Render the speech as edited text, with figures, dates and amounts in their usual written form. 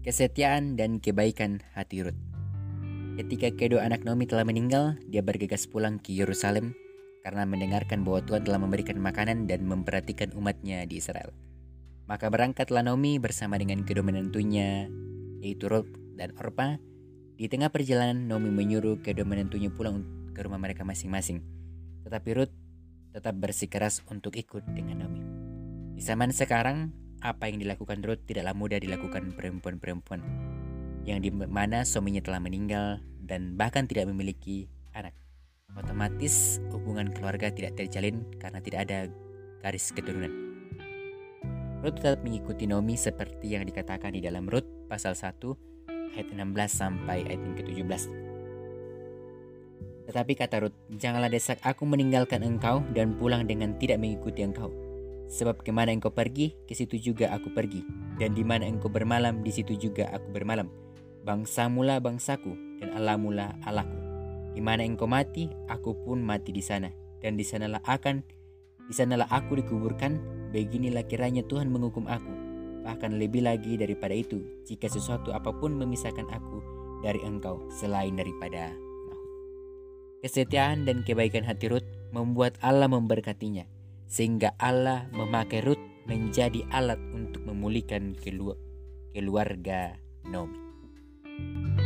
Kesetiaan dan kebaikan hati Rut. Ketika kedua anak Naomi telah meninggal, dia bergegas pulang ke Yerusalem karena mendengarkan bahwa Tuhan telah memberikan makanan dan memperhatikan umatnya di Israel. Maka berangkatlah Naomi bersama dengan kedua menantunya, yaitu Rut dan Orpa. Di tengah perjalanan, Naomi menyuruh kedua menantunya pulang ke rumah mereka masing-masing. Tetapi Rut tetap bersikeras untuk ikut dengan Naomi. Di zaman sekarang, apa yang dilakukan Rut tidaklah mudah dilakukan perempuan-perempuan yang dimana suaminya telah meninggal dan bahkan tidak memiliki anak. Otomatis hubungan keluarga tidak terjalin karena tidak ada garis keturunan. Rut tetap mengikuti Naomi seperti yang dikatakan di dalam Rut pasal 1 ayat 16 sampai ayat yang ke-17. Tetapi kata Rut, "Janganlah desak aku meninggalkan engkau dan pulang dengan tidak mengikuti engkau. Sebab kemana engkau pergi, ke situ juga aku pergi. Dan di mana engkau bermalam, di situ juga aku bermalam. Bangsamulah bangsaku, dan Allahmulah Allahku. Di mana engkau mati, aku pun mati di sana. Dan di sanalah aku dikuburkan. Beginilah kiranya Tuhan menghukum aku. Bahkan lebih lagi daripada itu, jika sesuatu apapun memisahkan aku dari engkau selain daripada maut." Kesetiaan dan kebaikan hati Rut membuat Allah memberkatinya, sehingga Allah memakai Rut menjadi alat untuk memulihkan keluarga Naomi.